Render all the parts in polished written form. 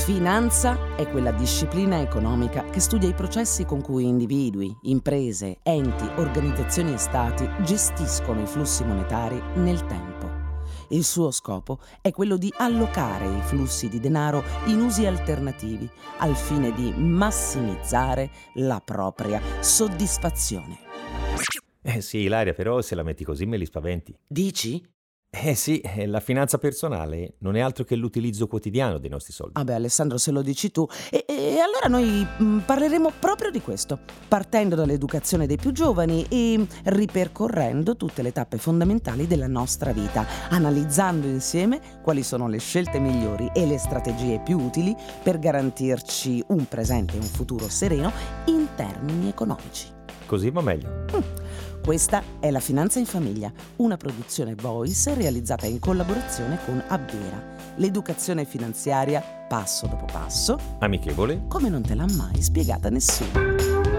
Finanza è quella disciplina economica che studia i processi con cui individui, imprese, enti, organizzazioni e stati gestiscono i flussi monetari nel tempo. Il suo scopo è quello di allocare i flussi di denaro in usi alternativi al fine di massimizzare la propria soddisfazione. Sì, Ilaria, però se la metti così me li spaventi. Dici? Sì, la finanza personale non è altro che l'utilizzo quotidiano dei nostri soldi. Vabbè Alessandro, se lo dici tu. E allora noi parleremo proprio di questo, partendo dall'educazione dei più giovani e ripercorrendo tutte le tappe fondamentali della nostra vita, analizzando insieme quali sono le scelte migliori e le strategie più utili per garantirci un presente e un futuro sereno in termini economici. Così va meglio. Questa è La Finanza in Famiglia, una produzione Voice realizzata in collaborazione con Abbera, l'educazione finanziaria passo dopo passo, Amichevole. come non te l'ha mai spiegata nessuno.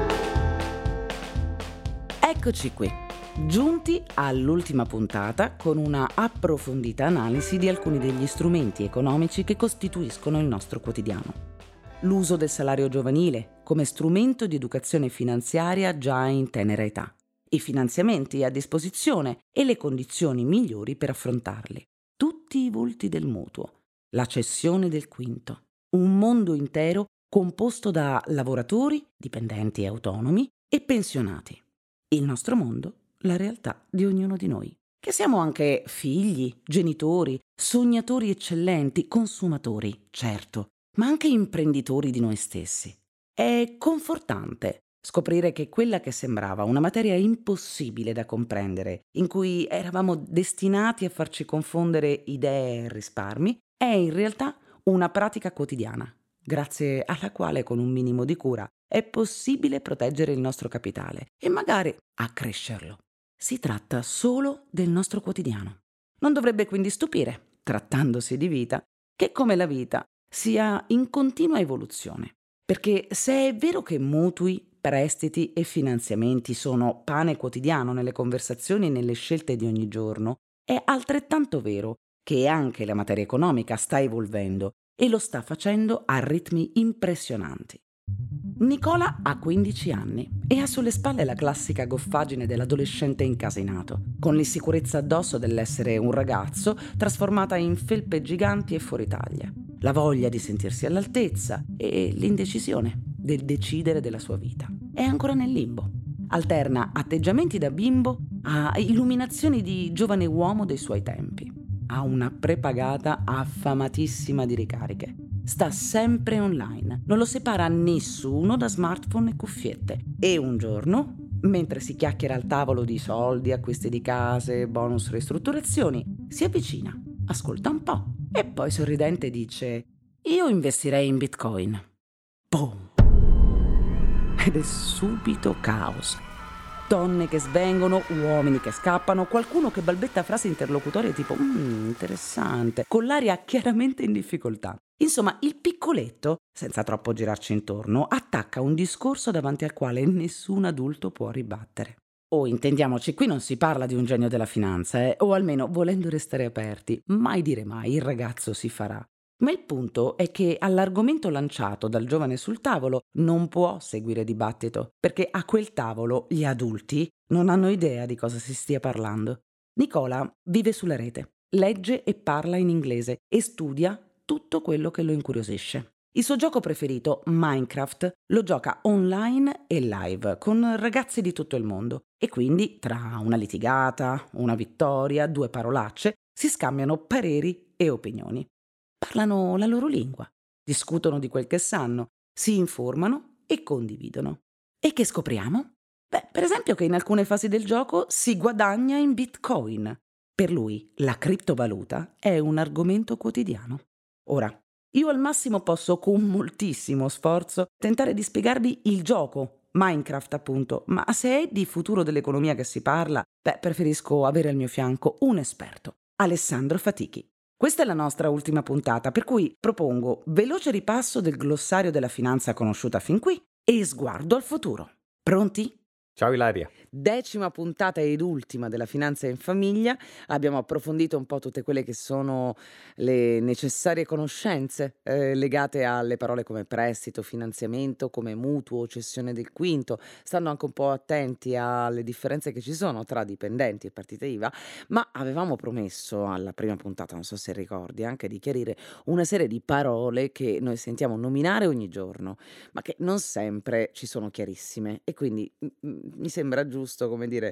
Eccoci qui, giunti all'ultima puntata con una approfondita analisi di alcuni degli strumenti economici che costituiscono il nostro quotidiano. L'uso del salario giovanile come strumento di educazione finanziaria già in tenera età, i finanziamenti a disposizione e le condizioni migliori per affrontarli. Tutti i volti del mutuo, la cessione del quinto, un mondo intero composto da lavoratori, dipendenti e autonomi e pensionati. Il nostro mondo, la realtà di ognuno di noi, che siamo anche figli, genitori, sognatori eccellenti, consumatori, certo, ma anche imprenditori di noi stessi. È confortante scoprire che quella che sembrava una materia impossibile da comprendere, in cui eravamo destinati a farci confondere idee e risparmi, è in realtà una pratica quotidiana, grazie alla quale con un minimo di cura è possibile proteggere il nostro capitale e magari accrescerlo. Si tratta solo del nostro quotidiano. Non dovrebbe quindi stupire, trattandosi di vita, che come la vita sia in continua evoluzione. Perché se è vero che mutui, prestiti e finanziamenti sono pane quotidiano nelle conversazioni e nelle scelte di ogni giorno, è altrettanto vero che anche la materia economica sta evolvendo e lo sta facendo a ritmi impressionanti. Nicola ha 15 anni e ha sulle spalle la classica goffaggine dell'adolescente incasinato, con l'insicurezza addosso dell'essere un ragazzo trasformata in felpe giganti e fuori taglia, la voglia di sentirsi all'altezza e l'indecisione del decidere della sua vita. È ancora nel limbo. Alterna atteggiamenti da bimbo a illuminazioni di giovane uomo dei suoi tempi. Ha una prepagata affamatissima di ricariche. Sta sempre online, non lo separa nessuno da smartphone e cuffiette. E un giorno, mentre si chiacchiera al tavolo di soldi, acquisti di case, bonus ristrutturazioni, si avvicina, ascolta un po' e poi sorridente dice: io investirei in Bitcoin. Boom! Ed è subito caos. Donne che svengono, uomini che scappano, qualcuno che balbetta frasi interlocutorie tipo interessante, con l'aria chiaramente in difficoltà. Insomma, il piccoletto, senza troppo girarci intorno, attacca un discorso davanti al quale nessun adulto può ribattere. Intendiamoci, qui non si parla di un genio della finanza, o almeno, volendo restare aperti, mai dire mai, il ragazzo si farà. Ma il punto è che all'argomento lanciato dal giovane sul tavolo non può seguire dibattito, perché a quel tavolo gli adulti non hanno idea di cosa si stia parlando. Nicola vive sulla rete, legge e parla in inglese e studia tutto quello che lo incuriosisce. Il suo gioco preferito, Minecraft, lo gioca online e live con ragazzi di tutto il mondo e quindi tra una litigata, una vittoria, due parolacce si scambiano pareri e opinioni. Parlano la loro lingua, discutono di quel che sanno, si informano e condividono. E che scopriamo? Per esempio che in alcune fasi del gioco si guadagna in Bitcoin. Per lui la criptovaluta è un argomento quotidiano. Ora, io al massimo posso con moltissimo sforzo tentare di spiegarvi il gioco, Minecraft appunto, ma se è di futuro dell'economia che si parla, preferisco avere al mio fianco un esperto, Alessandro Fatichi. Questa è la nostra ultima puntata, per cui propongo veloce ripasso del glossario della finanza conosciuta fin qui e sguardo al futuro. Pronti? Ciao Ilaria. 10ª puntata ed ultima della Finanza in Famiglia. Abbiamo approfondito un po' tutte quelle che sono le necessarie conoscenze, legate alle parole come prestito, finanziamento, come mutuo, cessione del quinto, stando anche un po' attenti alle differenze che ci sono tra dipendenti e partite IVA, ma avevamo promesso alla prima puntata, non so se ricordi, anche di chiarire una serie di parole che noi sentiamo nominare ogni giorno, ma che non sempre ci sono chiarissime e quindi, mi sembra giusto, come dire,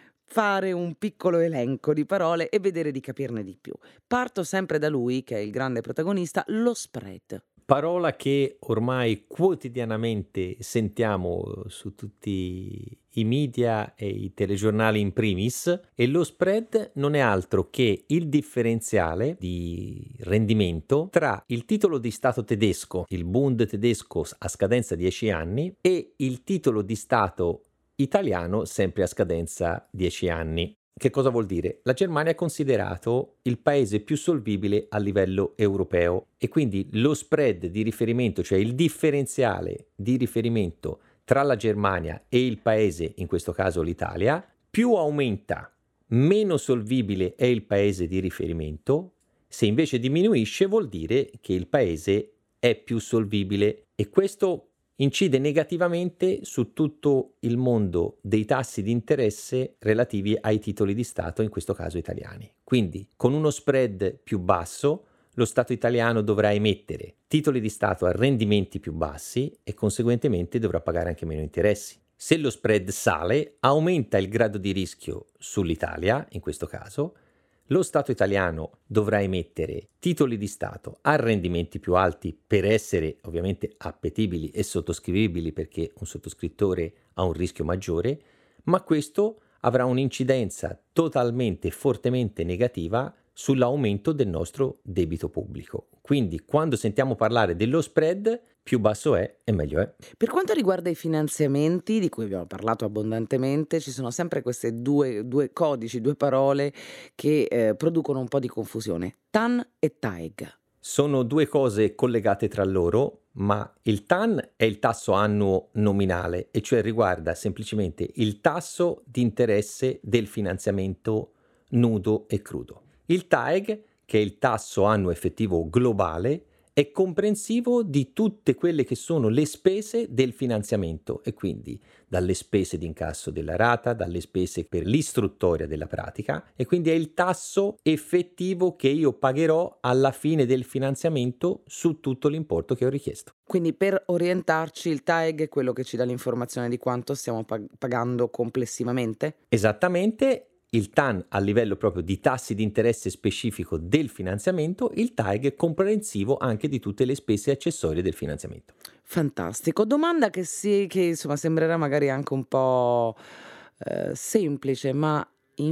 fare un piccolo elenco di parole e vedere di capirne di più. Parto sempre da lui, che è il grande protagonista, lo spread. Parola che ormai quotidianamente sentiamo su tutti i media e i telegiornali in primis, e lo spread non è altro che il differenziale di rendimento tra il titolo di Stato tedesco, il Bund tedesco a scadenza 10 anni, e il titolo di Stato italiano sempre a scadenza 10 anni. Che cosa vuol dire? La Germania è considerato il paese più solvibile a livello europeo e quindi lo spread di riferimento, cioè il differenziale di riferimento tra la Germania e il paese, in questo caso l'Italia, più aumenta, meno solvibile è il paese di riferimento. Se invece diminuisce vuol dire che il paese è più solvibile, e questo incide negativamente su tutto il mondo dei tassi di interesse relativi ai titoli di Stato, in questo caso italiani. Quindi, con uno spread più basso, lo Stato italiano dovrà emettere titoli di Stato a rendimenti più bassi e conseguentemente dovrà pagare anche meno interessi. Se lo spread sale, aumenta il grado di rischio sull'Italia, in questo caso. Lo Stato italiano dovrà emettere titoli di Stato a rendimenti più alti per essere ovviamente appetibili e sottoscrivibili, perché un sottoscrittore ha un rischio maggiore, ma questo avrà un'incidenza totalmente e fortemente negativa sull'aumento del nostro debito pubblico. Quindi quando sentiamo parlare dello spread, più basso è e meglio è. Per quanto riguarda i finanziamenti, di cui abbiamo parlato abbondantemente, ci sono sempre queste due codici, 2 parole che, producono un po' di confusione: TAN e TAEG. Sono due cose collegate tra loro, ma il TAN è il tasso annuo nominale, e cioè riguarda semplicemente il tasso di interesse del finanziamento nudo e crudo. Il TAEG, che è il tasso annuo effettivo globale, è comprensivo di tutte quelle che sono le spese del finanziamento, e quindi dalle spese di incasso della rata, dalle spese per l'istruttoria della pratica, e quindi è il tasso effettivo che io pagherò alla fine del finanziamento su tutto l'importo che ho richiesto. Quindi per orientarci il TAEG è quello che ci dà l'informazione di quanto stiamo pagando complessivamente? Esattamente. Il TAN a livello proprio di tassi di interesse specifico del finanziamento, il TAEG è comprensivo anche di tutte le spese accessorie del finanziamento. Fantastico. Domanda che insomma sembrerà magari anche un po', semplice, ma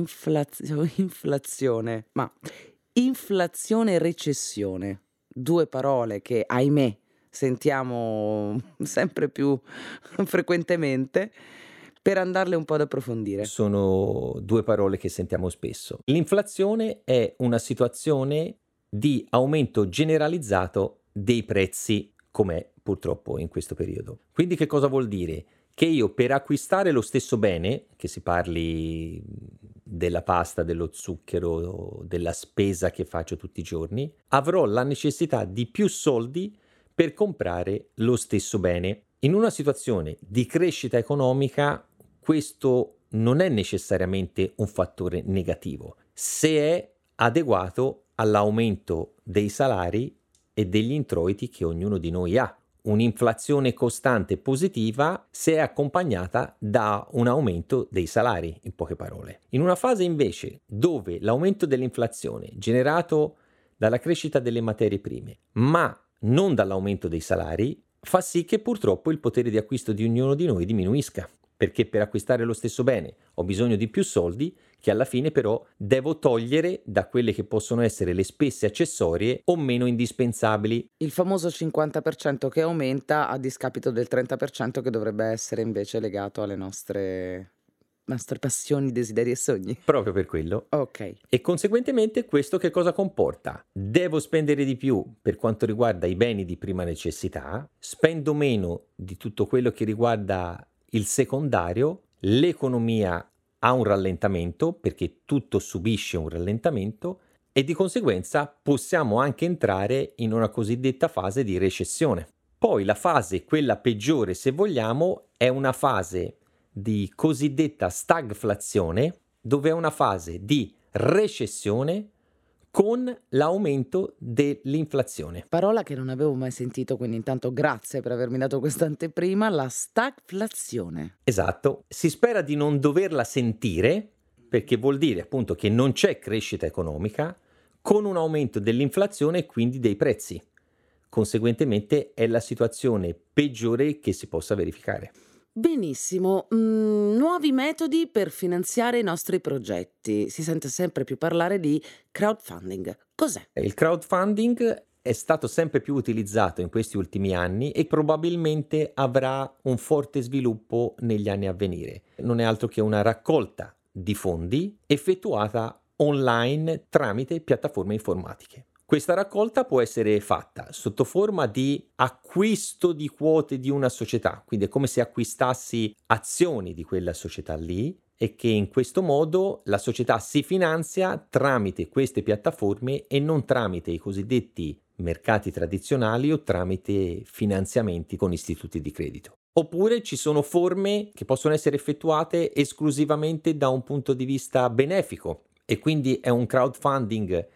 inflazione e recessione, 2 parole che, ahimè, sentiamo sempre più frequentemente, per andarle un po' ad approfondire. Sono due parole che sentiamo spesso. L'inflazione è una situazione di aumento generalizzato dei prezzi, com'è purtroppo in questo periodo. Quindi che cosa vuol dire? Che io, per acquistare lo stesso bene, che si parli della pasta, dello zucchero, della spesa che faccio tutti i giorni, avrò la necessità di più soldi per comprare lo stesso bene. In una situazione di crescita economica, questo non è necessariamente un fattore negativo, se è adeguato all'aumento dei salari e degli introiti che ognuno di noi ha. Un'inflazione costante e positiva se è accompagnata da un aumento dei salari, in poche parole. In una fase invece dove l'aumento dell'inflazione generato dalla crescita delle materie prime, ma non dall'aumento dei salari, fa sì che purtroppo il potere di acquisto di ognuno di noi diminuisca, perché per acquistare lo stesso bene ho bisogno di più soldi, che alla fine però devo togliere da quelle che possono essere le spese accessorie o meno indispensabili. Il famoso 50% che aumenta a discapito del 30% che dovrebbe essere invece legato alle nostre passioni, desideri e sogni. Proprio per quello. Ok. E conseguentemente questo che cosa comporta? Devo spendere di più per quanto riguarda i beni di prima necessità, spendo meno di tutto quello che riguarda il secondario, l'economia ha un rallentamento, perché tutto subisce un rallentamento, e di conseguenza possiamo anche entrare in una cosiddetta fase di recessione. Poi la fase, quella peggiore se vogliamo, è una fase di cosiddetta stagflazione, dove è una fase di recessione con l'aumento dell'inflazione. Parola che non avevo mai sentito, quindi intanto grazie per avermi dato questa anteprima, la stagflazione. Esatto, si spera di non doverla sentire, perché vuol dire appunto che non c'è crescita economica, con un aumento dell'inflazione e quindi dei prezzi. Conseguentemente è la situazione peggiore che si possa verificare. Benissimo, nuovi metodi per finanziare i nostri progetti. Si sente sempre più parlare di crowdfunding. Cos'è? Il crowdfunding è stato sempre più utilizzato in questi ultimi anni e probabilmente avrà un forte sviluppo negli anni a venire. Non è altro che una raccolta di fondi effettuata online tramite piattaforme informatiche. Questa raccolta può essere fatta sotto forma di acquisto di quote di una società, quindi è come se acquistassi azioni di quella società lì, e che in questo modo la società si finanzia tramite queste piattaforme e non tramite i cosiddetti mercati tradizionali o tramite finanziamenti con istituti di credito. Oppure ci sono forme che possono essere effettuate esclusivamente da un punto di vista benefico, e quindi è un crowdfunding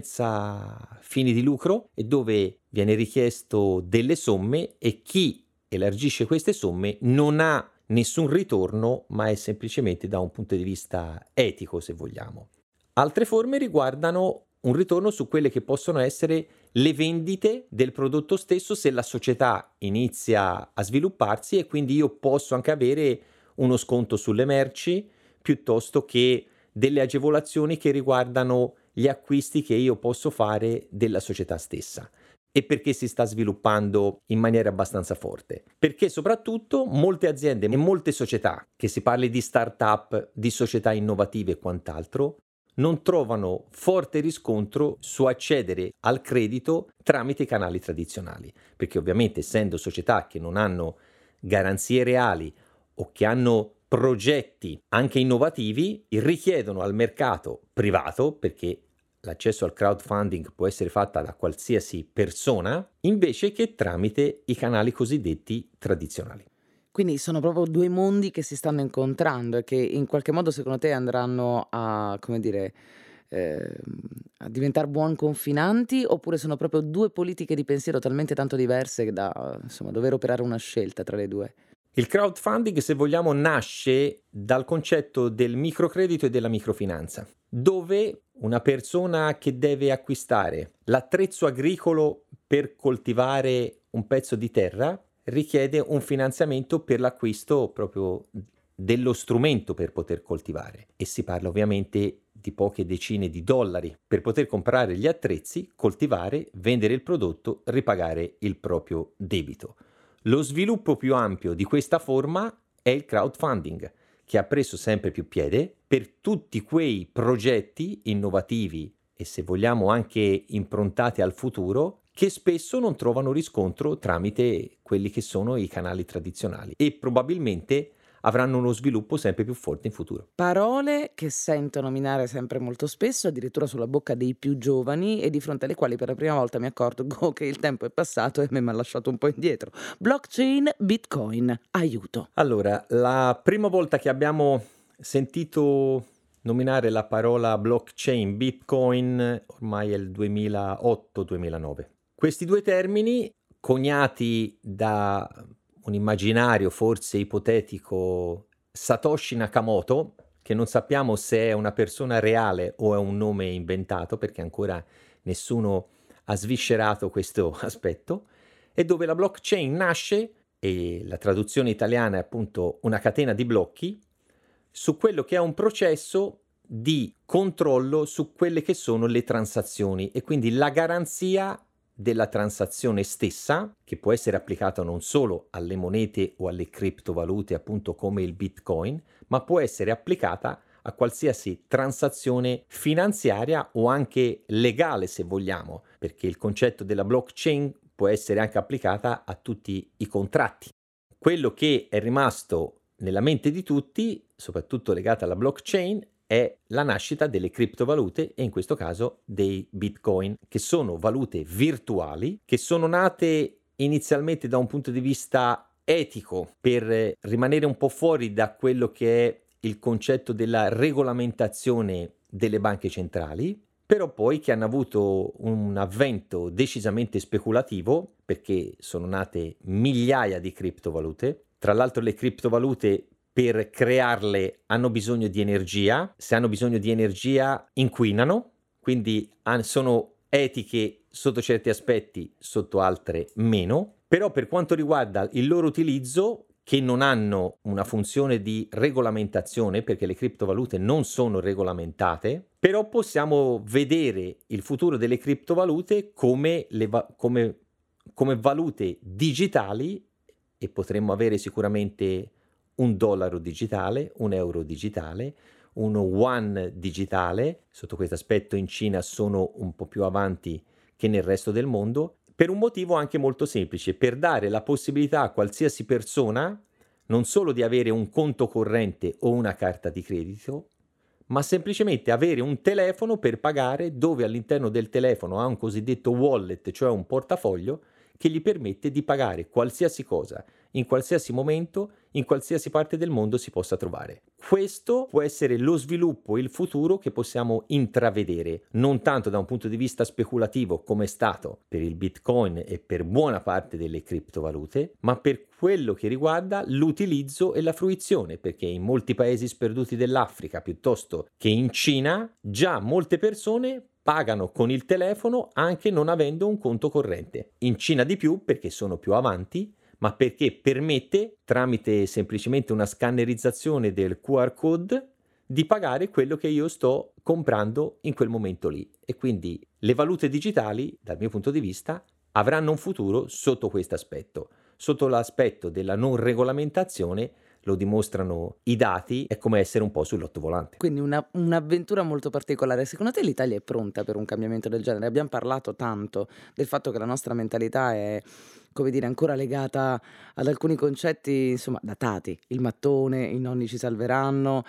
senza fini di lucro e dove viene richiesto delle somme e chi elargisce queste somme non ha nessun ritorno, ma è semplicemente da un punto di vista etico, se vogliamo. Altre forme riguardano un ritorno su quelle che possono essere le vendite del prodotto stesso se la società inizia a svilupparsi, e quindi io posso anche avere uno sconto sulle merci piuttosto che delle agevolazioni che riguardano gli acquisti che io posso fare della società stessa. E perché si sta sviluppando in maniera abbastanza forte? Perché soprattutto molte aziende e molte società, che si parli di start-up, di società innovative e quant'altro, non trovano forte riscontro su accedere al credito tramite i canali tradizionali, perché ovviamente essendo società che non hanno garanzie reali o che hanno progetti anche innovativi, richiedono al mercato privato, perché l'accesso al crowdfunding può essere fatta da qualsiasi persona, invece che tramite i canali cosiddetti tradizionali. Quindi sono proprio 2 mondi che si stanno incontrando e che in qualche modo secondo te andranno a, come dire, ehm, a diventar buon confinanti, oppure sono proprio 2 politiche di pensiero talmente tanto diverse che da, insomma, dover operare una scelta tra le 2? Il crowdfunding, se vogliamo, nasce dal concetto del microcredito e della microfinanza, dove una persona che deve acquistare l'attrezzo agricolo per coltivare un pezzo di terra richiede un finanziamento per l'acquisto proprio dello strumento per poter coltivare, e si parla ovviamente di poche decine di dollari per poter comprare gli attrezzi, coltivare, vendere il prodotto, ripagare il proprio debito. Lo sviluppo più ampio di questa forma è il crowdfunding, che ha preso sempre più piede per tutti quei progetti innovativi e, se vogliamo, anche improntati al futuro, che spesso non trovano riscontro tramite quelli che sono i canali tradizionali e probabilmente avranno uno sviluppo sempre più forte in futuro. Parole che sento nominare sempre molto spesso, addirittura sulla bocca dei più giovani e di fronte alle quali per la prima volta mi accorgo che il tempo è passato e a me m'ha lasciato un po' indietro. Blockchain, Bitcoin, aiuto. Allora, la prima volta che abbiamo sentito nominare la parola blockchain, Bitcoin, ormai è il 2008-2009. Questi due termini, coniati da un immaginario forse ipotetico Satoshi Nakamoto, che non sappiamo se è una persona reale o è un nome inventato, perché ancora nessuno ha sviscerato questo aspetto, e dove la blockchain nasce, e la traduzione italiana è appunto una catena di blocchi, su quello che è un processo di controllo su quelle che sono le transazioni, e quindi la garanzia della transazione stessa, che può essere applicata non solo alle monete o alle criptovalute, appunto come il Bitcoin, ma può essere applicata a qualsiasi transazione finanziaria o anche legale, se vogliamo, perché il concetto della blockchain può essere anche applicata a tutti i contratti. Quello che è rimasto nella mente di tutti, soprattutto legata alla blockchain, è la nascita delle criptovalute e in questo caso dei Bitcoin, che sono valute virtuali, che sono nate inizialmente da un punto di vista etico per rimanere un po' fuori da quello che è il concetto della regolamentazione delle banche centrali, però poi che hanno avuto un avvento decisamente speculativo perché sono nate migliaia di criptovalute. Tra l'altro le criptovalute per crearle hanno bisogno di energia, se hanno bisogno di energia inquinano, quindi sono etiche sotto certi aspetti, sotto altre meno, però per quanto riguarda il loro utilizzo, che non hanno una funzione di regolamentazione perché le criptovalute non sono regolamentate, però possiamo vedere il futuro delle criptovalute come valute digitali e potremmo avere sicuramente un dollaro digitale, un euro digitale, uno yuan digitale. Sotto questo aspetto in Cina sono un po' più avanti che nel resto del mondo, per un motivo anche molto semplice, per dare la possibilità a qualsiasi persona non solo di avere un conto corrente o una carta di credito, ma semplicemente avere un telefono per pagare, dove all'interno del telefono ha un cosiddetto wallet, cioè un portafoglio, che gli permette di pagare qualsiasi cosa, in qualsiasi momento, in qualsiasi parte del mondo si possa trovare. Questo può essere lo sviluppo, il futuro che possiamo intravedere, non tanto da un punto di vista speculativo come è stato per il Bitcoin e per buona parte delle criptovalute, ma per quello che riguarda l'utilizzo e la fruizione, perché in molti paesi sperduti dell'Africa, piuttosto che in Cina, già molte persone pagano con il telefono anche non avendo un conto corrente. In Cina di più perché sono più avanti, ma perché permette, tramite semplicemente una scannerizzazione del QR code, di pagare quello che io sto comprando in quel momento lì. E quindi le valute digitali, dal mio punto di vista, avranno un futuro sotto questo aspetto. Sotto l'aspetto della non regolamentazione, lo dimostrano i dati, è come essere un po' sull'ottovolante. Quindi un'avventura molto particolare. Secondo te l'Italia è pronta per un cambiamento del genere? Abbiamo parlato tanto del fatto che la nostra mentalità è, come dire, ancora legata ad alcuni concetti, insomma, datati. Il mattone, i nonni ci salveranno,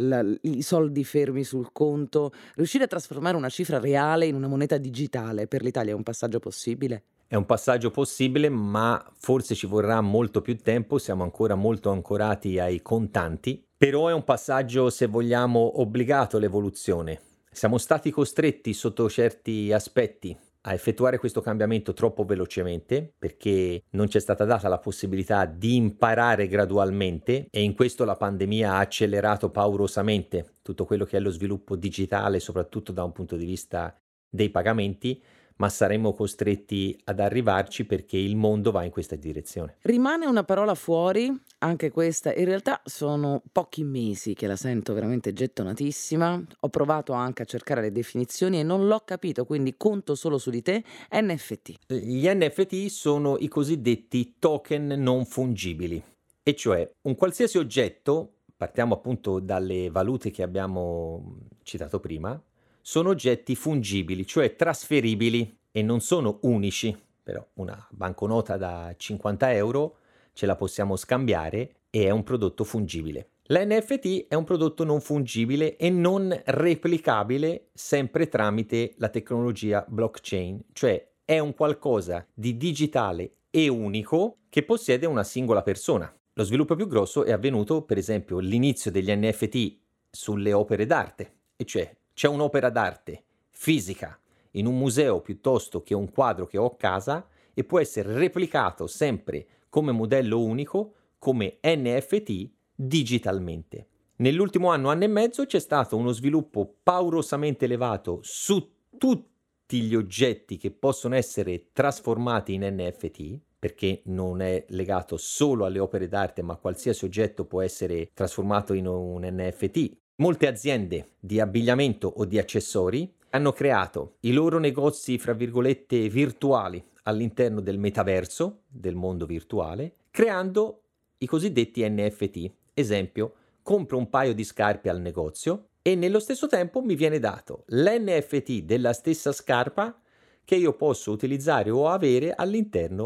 i soldi fermi sul conto. Riuscire a trasformare una cifra reale in una moneta digitale per l'Italia è un passaggio possibile? È un passaggio possibile, ma forse ci vorrà molto più tempo, siamo ancora molto ancorati ai contanti, però è un passaggio, se vogliamo, obbligato all'evoluzione. Siamo stati costretti sotto certi aspetti a effettuare questo cambiamento troppo velocemente perché non ci è stata data la possibilità di imparare gradualmente e in questo la pandemia ha accelerato paurosamente tutto quello che è lo sviluppo digitale, soprattutto da un punto di vista dei pagamenti, ma saremmo costretti ad arrivarci perché il mondo va in questa direzione. Rimane una parola fuori, anche questa, in realtà sono pochi mesi che la sento veramente gettonatissima, ho provato anche a cercare le definizioni e non l'ho capito, quindi conto solo su di te, NFT. Gli NFT sono i cosiddetti token non fungibili, e cioè un qualsiasi oggetto, partiamo appunto dalle valute che abbiamo citato prima, sono oggetti fungibili, cioè trasferibili e non sono unici. Però una banconota da 50 euro ce la possiamo scambiare e è un prodotto fungibile. L'NFT è un prodotto non fungibile e non replicabile sempre tramite la tecnologia blockchain, cioè è un qualcosa di digitale e unico che possiede una singola persona. Lo sviluppo più grosso è avvenuto, per esempio, l'inizio degli NFT sulle opere d'arte, e cioè c'è un'opera d'arte fisica in un museo piuttosto che un quadro che ho a casa e può essere replicato sempre come modello unico, come NFT digitalmente. Nell'ultimo anno e mezzo c'è stato uno sviluppo paurosamente elevato su tutti gli oggetti che possono essere trasformati in NFT, perché non è legato solo alle opere d'arte, ma qualsiasi oggetto può essere trasformato in un NFT. Molte aziende di abbigliamento o di accessori hanno creato i loro negozi, fra virgolette, virtuali all'interno del metaverso, del mondo virtuale, creando i cosiddetti NFT. Esempio, compro un paio di scarpe al negozio e nello stesso tempo mi viene dato l'NFT della stessa scarpa che io posso utilizzare o avere all'interno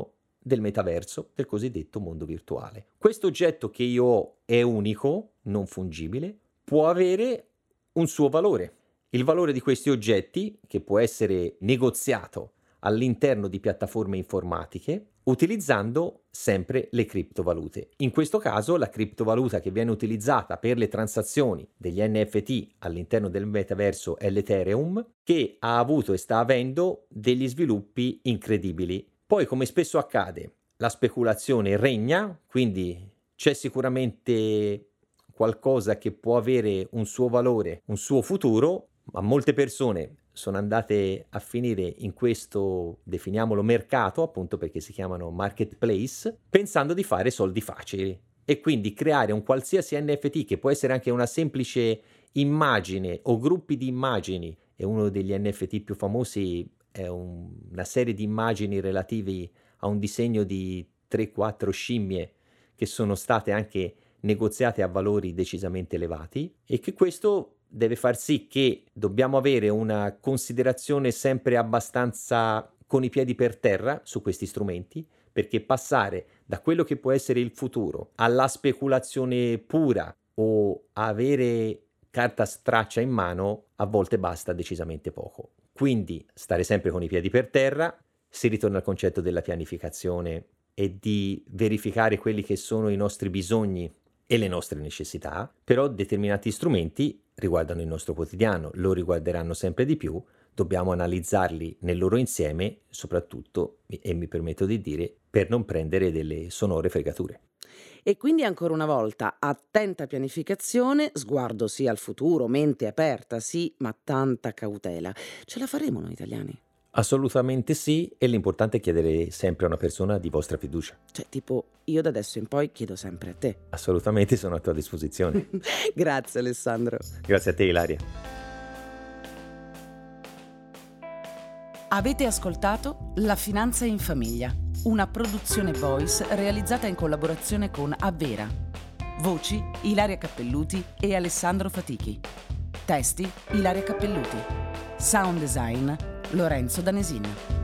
del metaverso, del cosiddetto mondo virtuale. Questo oggetto che io ho è unico, non fungibile, può avere un suo valore. Il valore di questi oggetti, che può essere negoziato all'interno di piattaforme informatiche, utilizzando sempre le criptovalute. In questo caso la criptovaluta che viene utilizzata per le transazioni degli NFT all'interno del metaverso è l'Ethereum, che ha avuto e sta avendo degli sviluppi incredibili. Poi, come spesso accade, la speculazione regna, quindi c'è sicuramente qualcosa che può avere un suo valore, un suo futuro, ma molte persone sono andate a finire in questo, definiamolo mercato, appunto perché si chiamano marketplace, pensando di fare soldi facili e quindi creare un qualsiasi NFT, che può essere anche una semplice immagine o gruppi di immagini, e uno degli NFT più famosi è una serie di immagini relativi a un disegno di 3-4 scimmie che sono state anche negoziate a valori decisamente elevati, e che questo deve far sì che dobbiamo avere una considerazione sempre abbastanza con i piedi per terra su questi strumenti, perché passare da quello che può essere il futuro alla speculazione pura o avere carta straccia in mano a volte basta decisamente poco. Quindi stare sempre con i piedi per terra, si ritorna al concetto della pianificazione e di verificare quelli che sono i nostri bisogni e le nostre necessità, però determinati strumenti riguardano il nostro quotidiano, lo riguarderanno sempre di più, dobbiamo analizzarli nel loro insieme, soprattutto, e mi permetto di dire, per non prendere delle sonore fregature. E quindi ancora una volta, attenta pianificazione, sguardo sì al futuro, mente aperta sì, ma tanta cautela. Ce la faremo noi italiani? Assolutamente sì, e l'importante è chiedere sempre a una persona di vostra fiducia. Cioè, tipo, io da adesso in poi chiedo sempre a te. Assolutamente sono a tua disposizione. Grazie Alessandro. Grazie a te, Ilaria. Avete ascoltato La Finanza in Famiglia, una produzione Voice realizzata in collaborazione con Avvera. Voci Ilaria Cappelluti e Alessandro Fatichi. Testi Ilaria Cappelluti. Sound design Lorenzo Danesina.